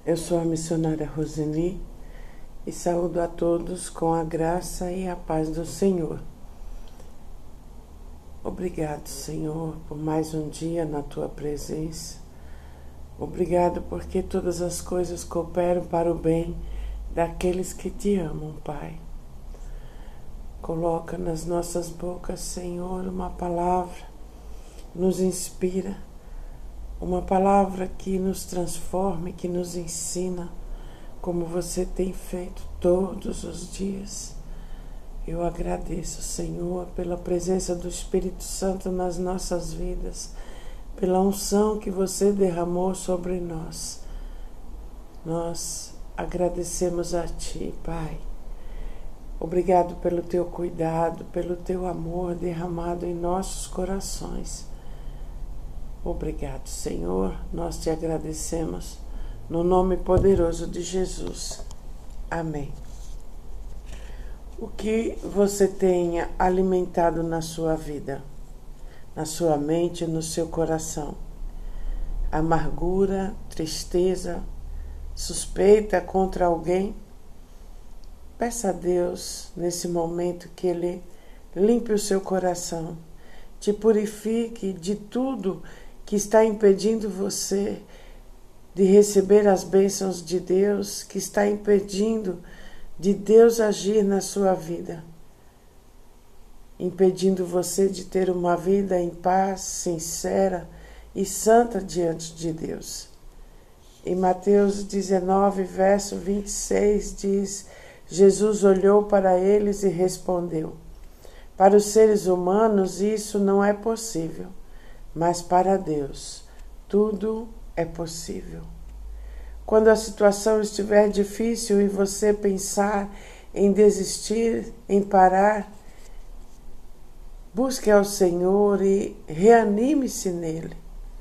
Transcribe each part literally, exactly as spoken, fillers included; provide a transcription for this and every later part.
Eu sou a missionária Roseni e saúdo a todos com a graça e a paz do Senhor. Obrigado, Senhor, por mais um dia na Tua presença. Obrigado porque todas as coisas cooperam para o bem daqueles que Te amam, Pai. Coloca nas nossas bocas, Senhor, uma palavra, nos inspira, uma palavra que nos transforme, que nos ensina, como Você tem feito todos os dias. Eu agradeço, Senhor, pela presença do Espírito Santo nas nossas vidas, pela unção que Você derramou sobre nós. Nós agradecemos a Ti, Pai. Obrigado pelo Teu cuidado, pelo Teu amor derramado em nossos corações. Obrigado, Senhor, nós Te agradecemos, no nome poderoso de Jesus. Amém. O que você tenha alimentado na sua vida, na sua mente, no seu coração? Amargura, tristeza, suspeita contra alguém? Peça a Deus, nesse momento, que Ele limpe o seu coração, te purifique de tudo que está impedindo você de receber as bênçãos de Deus, que está impedindo de Deus agir na sua vida, impedindo você de ter uma vida em paz, sincera e santa diante de Deus. Em Mateus dezenove, verso vinte e seis, diz: Jesus olhou para eles e respondeu: para os seres humanos isso não é possível, mas para Deus tudo é possível. Quando a situação estiver difícil e você pensar em desistir, em parar, busque ao Senhor e reanime-se nele.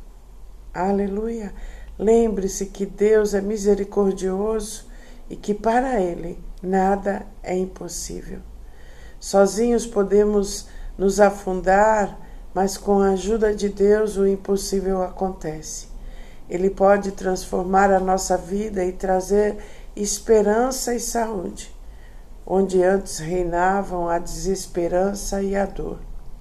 Aleluia! Lembre-se que Deus é misericordioso e que para Ele nada é impossível. Sozinhos podemos nos afundar, mas com a ajuda de Deus o impossível acontece. Ele pode transformar a nossa vida e trazer esperança e saúde, onde antes reinavam a desesperança e a dor.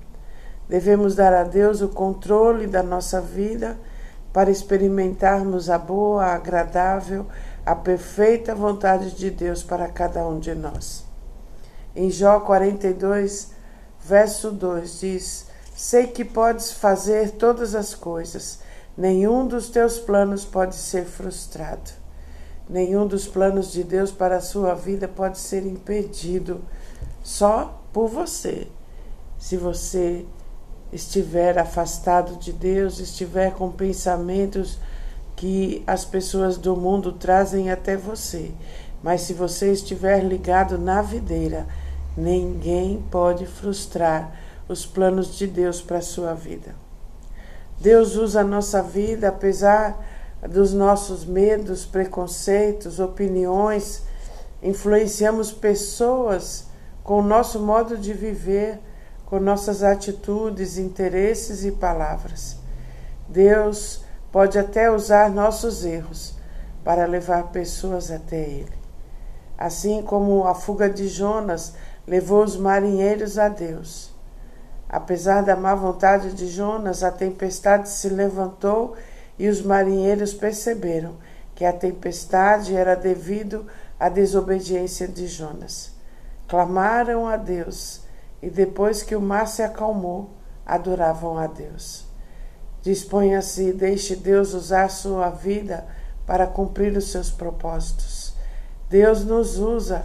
Devemos dar a Deus o controle da nossa vida para experimentarmos a boa, a agradável, a perfeita vontade de Deus para cada um de nós. Em Jó quarenta e dois, verso dois, diz: sei que podes fazer todas as coisas, nenhum dos teus planos pode ser frustrado. Nenhum dos planos de Deus para a sua vida pode ser impedido só por você. Se você estiver afastado de Deus, estiver com pensamentos que as pessoas do mundo trazem até você, mas se você estiver ligado na videira, ninguém pode frustrar os planos de Deus para a sua vida. Deus usa a nossa vida, apesar dos nossos medos, preconceitos, opiniões. Influenciamos pessoas com o nosso modo de viver, com nossas atitudes, interesses e palavras. Deus pode até usar nossos erros para levar pessoas até Ele. Assim como a fuga de Jonas levou os marinheiros a Deus. Apesar da má vontade de Jonas, a tempestade se levantou e os marinheiros perceberam que a tempestade era devido à desobediência de Jonas. Clamaram a Deus e depois que o mar se acalmou, adoravam a Deus. Disponha-se e deixe Deus usar sua vida para cumprir os seus propósitos. Deus nos usa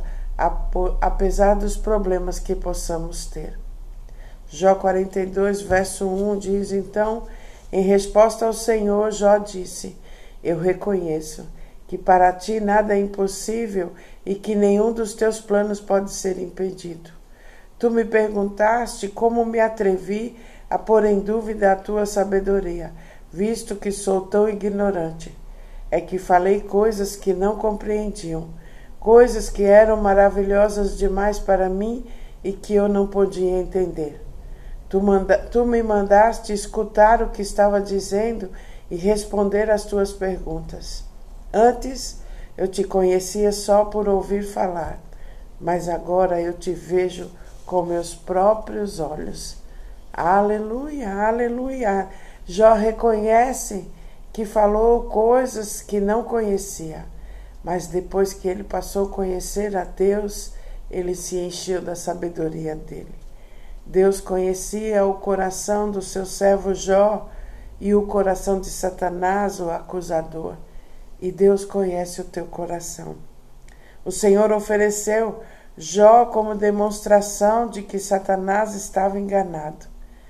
apesar dos problemas que possamos ter. Jó quarenta e dois, verso um diz: então, em resposta ao Senhor, Jó disse: eu reconheço que para ti nada é impossível e que nenhum dos teus planos pode ser impedido. Tu me perguntaste como me atrevi a pôr em dúvida a tua sabedoria, visto que sou tão ignorante. É que falei coisas que não compreendiam, coisas que eram maravilhosas demais para mim e que eu não podia entender. Tu, manda, tu me mandaste escutar o que estava dizendo e responder às tuas perguntas. Antes Eu te conhecia só por ouvir falar, mas agora eu te vejo com meus próprios olhos. Aleluia, aleluia. Jó reconhece que falou coisas que não conhecia, mas depois que ele passou a conhecer a Deus, ele se encheu da sabedoria dele. Deus conhecia o coração do seu servo Jó e o coração de Satanás, o acusador. E Deus conhece o teu coração. O Senhor ofereceu Jó como demonstração de que Satanás estava enganado.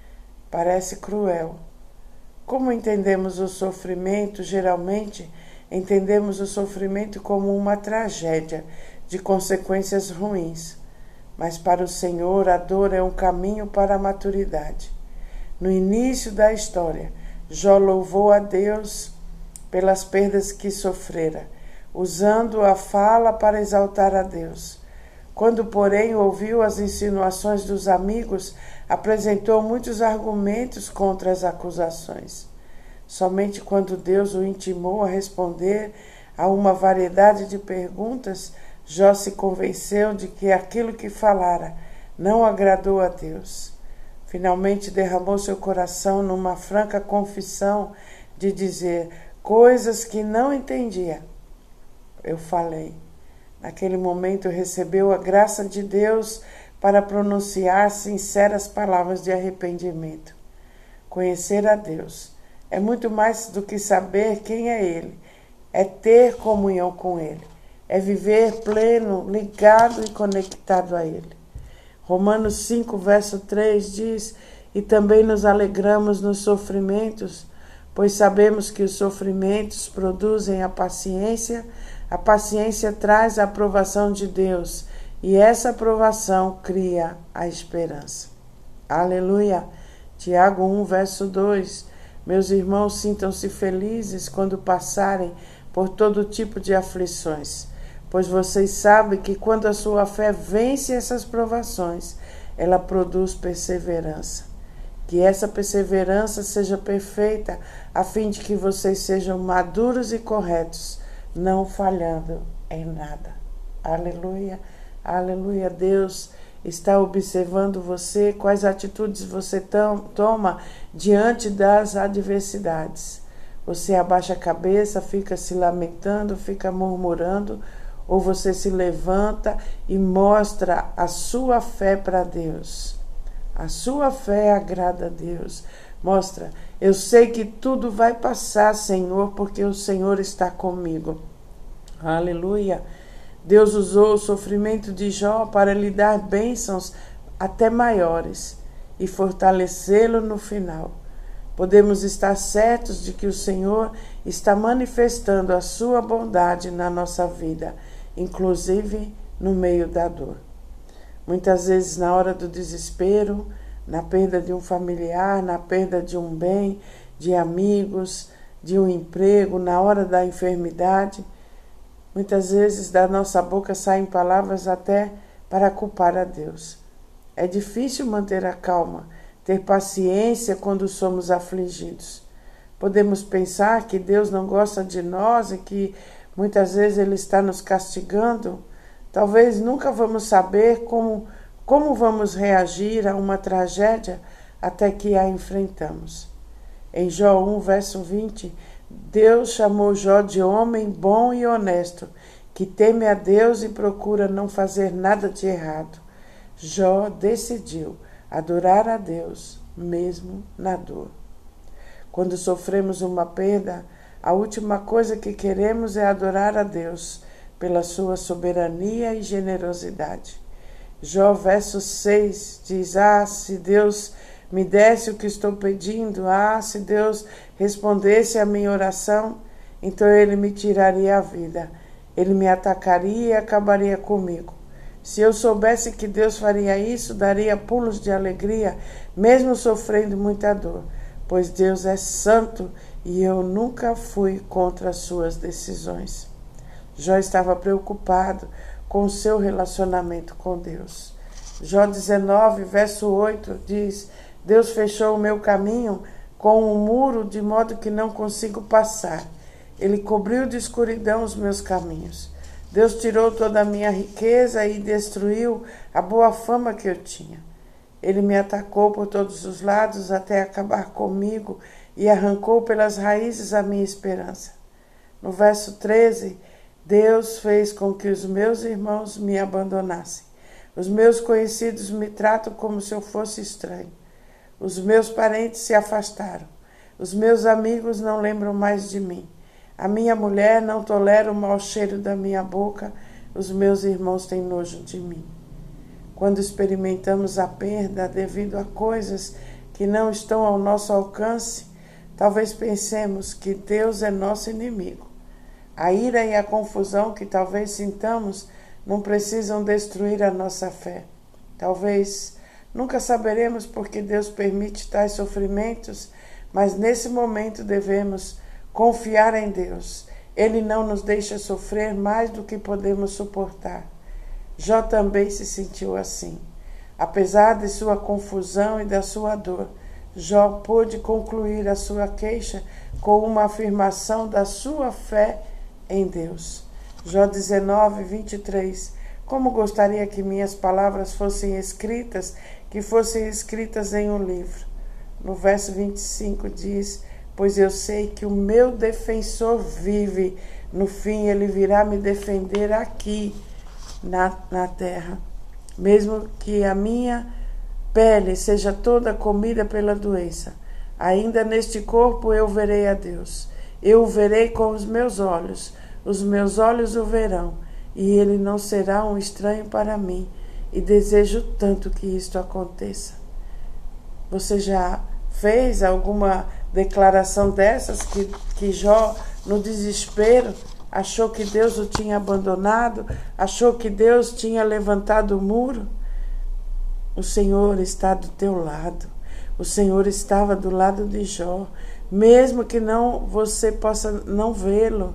Parece cruel. Como entendemos o sofrimento? Geralmente, entendemos o sofrimento como uma tragédia de consequências ruins. Mas para o Senhor, a dor é um caminho para a maturidade. No início da história, Jó louvou a Deus pelas perdas que sofrera, usando a fala para exaltar a Deus. Quando, porém, ouviu as insinuações dos amigos, apresentou muitos argumentos contra as acusações. Somente quando Deus o intimou a responder a uma variedade de perguntas, Jó se convenceu de que aquilo que falara não agradou a Deus. Finalmente derramou seu coração numa franca confissão de dizer coisas que não entendia. Eu falei. Naquele momento recebeu a graça de Deus para pronunciar sinceras palavras de arrependimento. Conhecer a Deus é muito mais do que saber quem é Ele, é ter comunhão com Ele, é viver pleno, ligado e conectado a Ele. Romanos cinco, verso três diz, e também nos alegramos nos sofrimentos, pois sabemos que os sofrimentos produzem a paciência, a paciência traz a aprovação de Deus, e essa aprovação cria a esperança. Aleluia! Tiago um, verso dois. Meus irmãos, sintam-se felizes quando passarem por todo tipo de aflições, pois vocês sabem que quando a sua fé vence essas provações, ela produz perseverança. Que essa perseverança seja perfeita, a fim de que vocês sejam maduros e corretos, não falhando em nada. Aleluia, aleluia. Deus está observando você, quais atitudes você toma diante das adversidades. Você abaixa a cabeça, fica se lamentando, fica murmurando, ou você se levanta e mostra a sua fé para Deus. A sua fé agrada a Deus. Mostra, eu sei que tudo vai passar, Senhor, porque o Senhor está comigo. Aleluia. Deus usou o sofrimento de Jó para lhe dar bênçãos até maiores e fortalecê-lo no final. Podemos estar certos de que o Senhor está manifestando a sua bondade na nossa vida, inclusive no meio da dor. Muitas vezes, na hora do desespero, na perda de um familiar, na perda de um bem, de amigos, de um emprego, na hora da enfermidade, muitas vezes da nossa boca saem palavras até para culpar a Deus. É difícil manter a calma, ter paciência quando somos afligidos. Podemos pensar que Deus não gosta de nós e que muitas vezes Ele está nos castigando. Talvez nunca vamos saber como, como vamos reagir a uma tragédia até que a enfrentamos. Em Jó um, verso vinte, Deus chamou Jó de homem bom e honesto, que teme a Deus e procura não fazer nada de errado. Jó decidiu adorar a Deus, mesmo na dor. Quando sofremos uma perda, a última coisa que queremos é adorar a Deus pela sua soberania e generosidade. Jó, verso seis, diz, ah, se Deus me desse o que estou pedindo, ah, se Deus respondesse a minha oração, então Ele me tiraria a vida, Ele me atacaria e acabaria comigo. Se eu soubesse que Deus faria isso, daria pulos de alegria, mesmo sofrendo muita dor, pois Deus é santo e eu nunca fui contra as suas decisões. Jó estava preocupado com o seu relacionamento com Deus. Jó dezenove, verso oito diz, Deus fechou o meu caminho com um muro de modo que não consigo passar. Ele cobriu de escuridão os meus caminhos. Deus tirou toda a minha riqueza e destruiu a boa fama que eu tinha. Ele me atacou por todos os lados até acabar comigo e arrancou pelas raízes a minha esperança. No verso treze, Deus fez com que os meus irmãos me abandonassem. Os meus conhecidos me tratam como se eu fosse estranho. Os meus parentes se afastaram. Os meus amigos não lembram mais de mim. A minha mulher não tolera o mau cheiro da minha boca. Os meus irmãos têm nojo de mim. Quando experimentamos a perda devido a coisas que não estão ao nosso alcance, talvez pensemos que Deus é nosso inimigo. A ira e a confusão que talvez sintamos não precisam destruir a nossa fé. Talvez nunca saberemos por que Deus permite tais sofrimentos, mas nesse momento devemos confiar em Deus. Ele não nos deixa sofrer mais do que podemos suportar. Jó também se sentiu assim. Apesar de sua confusão e da sua dor, Jó pôde concluir a sua queixa com uma afirmação da sua fé em Deus. Jó dezenove, vinte e três. Como gostaria que minhas palavras fossem escritas, que fossem escritas em um livro. No verso vinte e cinco diz: pois eu sei que o meu defensor vive, no fim ele virá me defender aqui na, na terra. Mesmo que a minha pele seja toda comida pela doença, ainda neste corpo eu verei a Deus. Eu o verei com os meus olhos, os meus olhos o verão, e ele não será um estranho para mim, e desejo tanto que isto aconteça. Você já fez alguma declaração dessas que, que Jó, no desespero, achou que Deus o tinha abandonado, achou que Deus tinha levantado o muro? O Senhor está do teu lado. O Senhor estava do lado de Jó, mesmo que não você possa não vê-lo.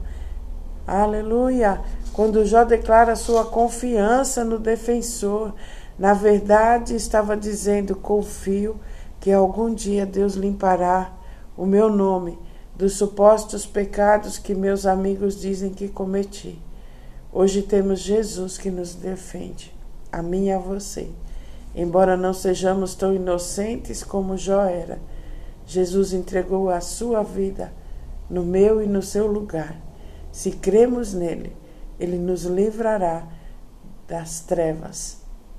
Aleluia! Quando Jó declara sua confiança no defensor, na verdade estava dizendo: confio que algum dia Deus limpará o meu nome dos supostos pecados que meus amigos dizem que cometi. Hoje temos Jesus que nos defende, a mim e a você. Embora não sejamos tão inocentes como Jó era, Jesus entregou a sua vida no meu e no seu lugar. Se cremos nele, ele nos livrará das trevas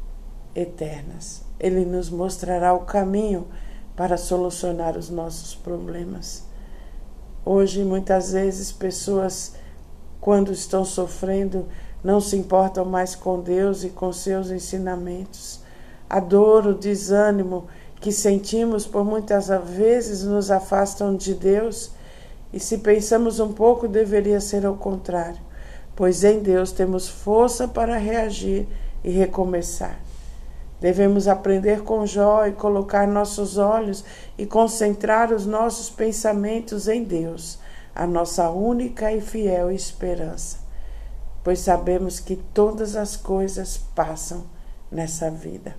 eternas. Ele nos mostrará o caminho para solucionar os nossos problemas. Hoje, muitas vezes, pessoas, quando estão sofrendo, não se importam mais com Deus e com seus ensinamentos. A dor, o desânimo que sentimos por muitas vezes nos afastam de Deus, e se pensamos um pouco, deveria ser ao contrário, pois em Deus temos força para reagir e recomeçar. Devemos aprender com Jó e colocar nossos olhos e concentrar os nossos pensamentos em Deus, a nossa única e fiel esperança, pois sabemos que todas as coisas passam nessa vida.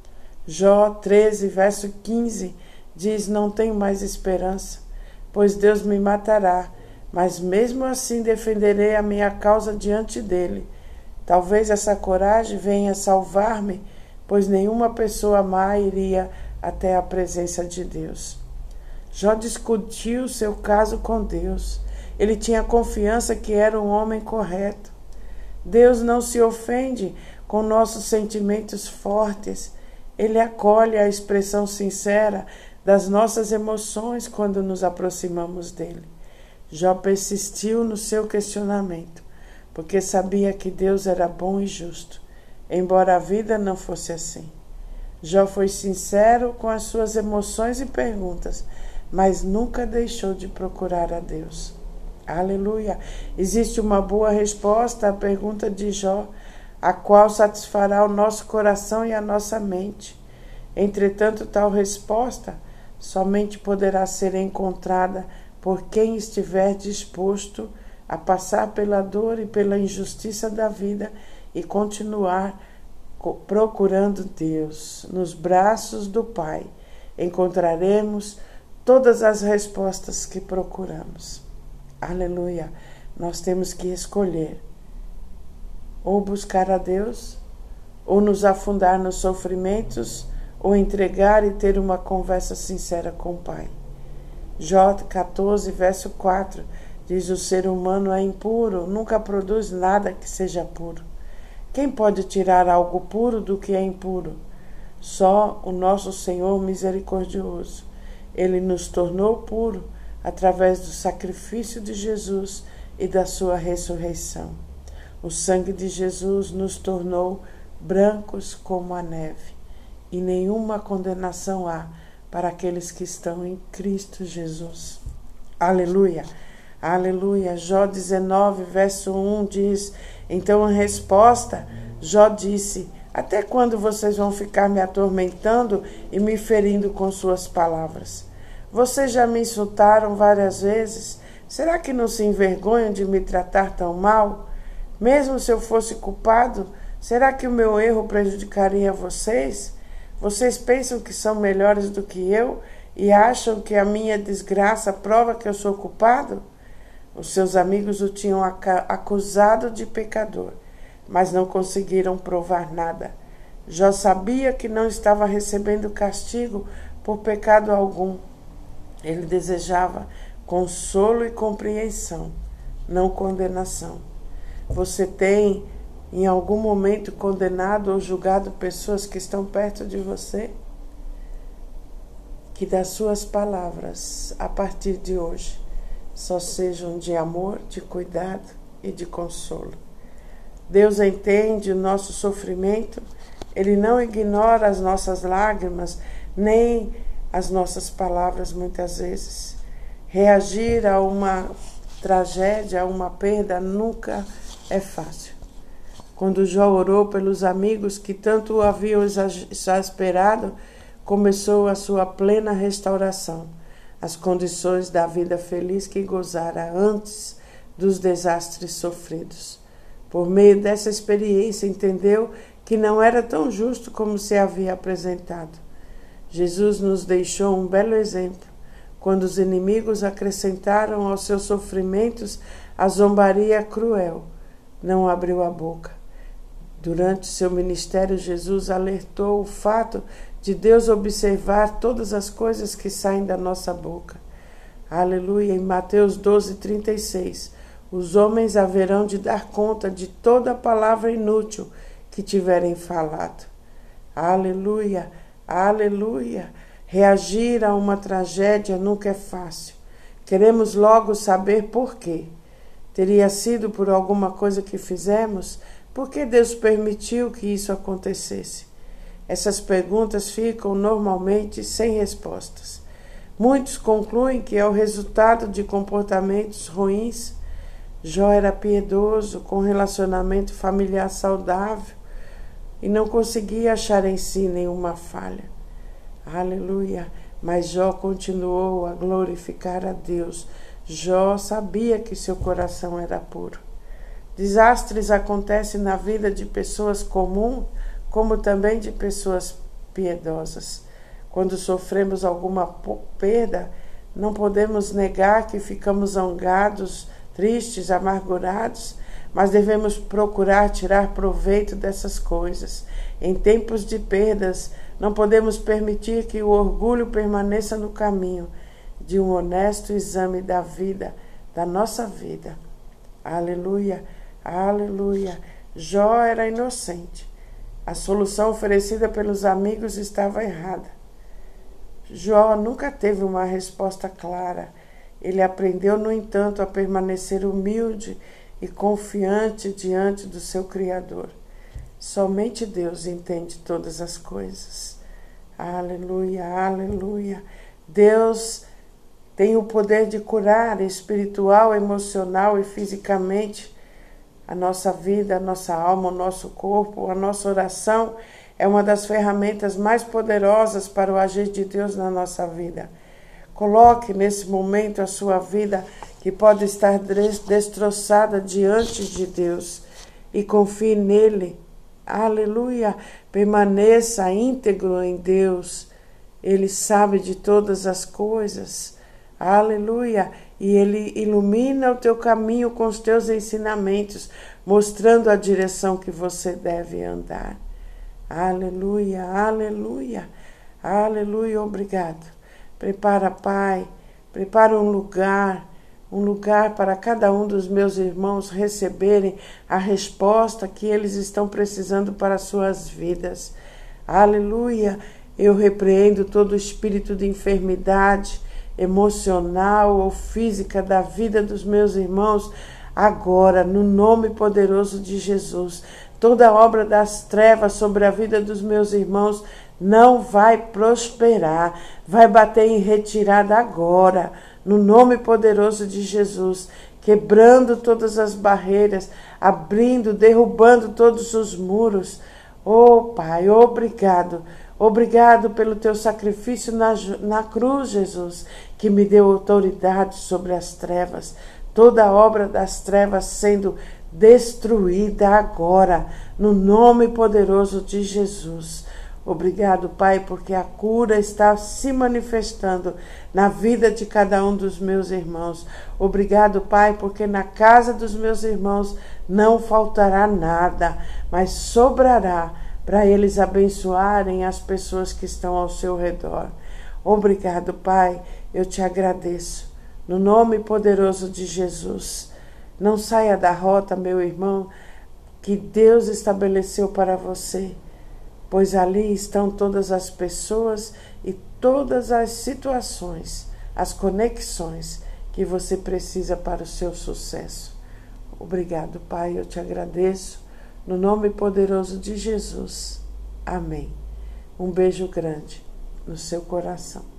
Jó treze, verso quinze, diz: não tenho mais esperança, pois Deus me matará, mas mesmo assim defenderei a minha causa diante dele. Talvez essa coragem venha salvar-me, pois nenhuma pessoa má iria até a presença de Deus. Jó discutiu seu caso com Deus. Ele tinha confiança que era um homem correto. Deus não se ofende com nossos sentimentos fortes. Ele acolhe a expressão sincera das nossas emoções quando nos aproximamos dele. Jó persistiu no seu questionamento, porque sabia que Deus era bom e justo, embora a vida não fosse assim. Jó foi sincero com as suas emoções e perguntas, mas nunca deixou de procurar a Deus. Aleluia! Existe uma boa resposta à pergunta de Jó, a qual satisfará o nosso coração e a nossa mente. Entretanto, tal resposta somente poderá ser encontrada por quem estiver disposto a passar pela dor e pela injustiça da vida e continuar procurando Deus. Nos braços do Pai encontraremos todas as respostas que procuramos. Aleluia. Nós temos que escolher ou buscar a Deus, ou nos afundar nos sofrimentos, ou entregar e ter uma conversa sincera com o Pai. Jó quatorze, verso quatro, diz: o ser humano é impuro, nunca produz nada que seja puro. Quem pode tirar algo puro do que é impuro? Só o nosso Senhor misericordioso. Ele nos tornou puro através do sacrifício de Jesus e da sua ressurreição. O sangue de Jesus nos tornou brancos como a neve, e nenhuma condenação há para aqueles que estão em Cristo Jesus. Aleluia, aleluia. Jó dezenove, verso um diz: então, em resposta, Jó disse: até quando vocês vão ficar me atormentando e me ferindo com suas palavras? Vocês já me insultaram várias vezes. Será que não se envergonham de me tratar tão mal? Mesmo se eu fosse culpado, será que o meu erro prejudicaria vocês? Vocês pensam que são melhores do que eu e acham que a minha desgraça prova que eu sou culpado? Os seus amigos o tinham acusado de pecador, mas não conseguiram provar nada. Jó sabia que não estava recebendo castigo por pecado algum. Ele desejava consolo e compreensão, não condenação. Você tem, em algum momento, condenado ou julgado pessoas que estão perto de você? Que das suas palavras, a partir de hoje, só sejam de amor, de cuidado e de consolo. Deus entende o nosso sofrimento, Ele não ignora as nossas lágrimas, nem as nossas palavras muitas vezes. Reagir a uma tragédia, a uma perda, nunca é fácil. Quando Jó orou pelos amigos que tanto o haviam exasperado, começou a sua plena restauração, as condições da vida feliz que gozara antes dos desastres sofridos. Por meio dessa experiência, entendeu que não era tão justo como se havia apresentado. Jesus nos deixou um belo exemplo. Quando os inimigos acrescentaram aos seus sofrimentos a zombaria cruel, não abriu a boca. Durante seu ministério, Jesus alertou o fato de Deus observar todas as coisas que saem da nossa boca. Aleluia! Em Mateus doze, trinta e seis, os homens haverão de dar conta de toda a palavra inútil que tiverem falado. Aleluia! Aleluia! Reagir a uma tragédia nunca é fácil. Queremos logo saber por quê. Teria sido por alguma coisa que fizemos? Por que Deus permitiu que isso acontecesse? Essas perguntas ficam normalmente sem respostas. Muitos concluem que é o resultado de comportamentos ruins. Jó era piedoso, com relacionamento familiar saudável, e não conseguia achar em si nenhuma falha. Aleluia! Mas Jó continuou a glorificar a Deus. Jó sabia que seu coração era puro. Desastres acontecem na vida de pessoas comuns, como também de pessoas piedosas. Quando sofremos alguma perda, não podemos negar que ficamos zangados, tristes, amargurados, mas devemos procurar tirar proveito dessas coisas. Em tempos de perdas, não podemos permitir que o orgulho permaneça no caminho de um honesto exame da vida, da nossa vida. Aleluia, aleluia. Jó era inocente. A solução oferecida pelos amigos estava errada. Jó nunca teve uma resposta clara. Ele aprendeu, no entanto, a permanecer humilde e confiante diante do seu Criador. Somente Deus entende todas as coisas. Aleluia, aleluia. Deus tem o poder de curar espiritual, emocional e fisicamente a nossa vida, a nossa alma, o nosso corpo. A nossa oração é uma das ferramentas mais poderosas para o agir de Deus na nossa vida. Coloque nesse momento a sua vida, que pode estar destroçada, diante de Deus, e confie nele. Aleluia! Permaneça íntegro em Deus. Ele sabe de todas as coisas. Aleluia. E Ele ilumina o teu caminho com os teus ensinamentos, mostrando a direção que você deve andar. Aleluia, aleluia, aleluia, obrigado. Prepara, Pai, prepara um lugar, um lugar para cada um dos meus irmãos receberem a resposta que eles estão precisando para as suas vidas. Aleluia, eu repreendo todo espírito de enfermidade emocional ou física da vida dos meus irmãos, agora, no nome poderoso de Jesus. Toda obra das trevas sobre a vida dos meus irmãos não vai prosperar, vai bater em retirada agora, no nome poderoso de Jesus, quebrando todas as barreiras, abrindo, derrubando todos os muros. Oh, Pai, obrigado. Obrigado pelo teu sacrifício na, na cruz, Jesus, que me deu autoridade sobre as trevas. Toda obra das trevas sendo destruída agora, no nome poderoso de Jesus. Obrigado, Pai, porque a cura está se manifestando na vida de cada um dos meus irmãos. Obrigado, Pai, porque na casa dos meus irmãos não faltará nada, mas sobrará para eles abençoarem as pessoas que estão ao seu redor. Obrigado, Pai, eu te agradeço. No nome poderoso de Jesus. Não saia da rota, meu irmão, que Deus estabeleceu para você, pois ali estão todas as pessoas e todas as situações, as conexões que você precisa para o seu sucesso. Obrigado, Pai, eu te agradeço. No nome poderoso de Jesus. Amém. Um beijo grande no seu coração.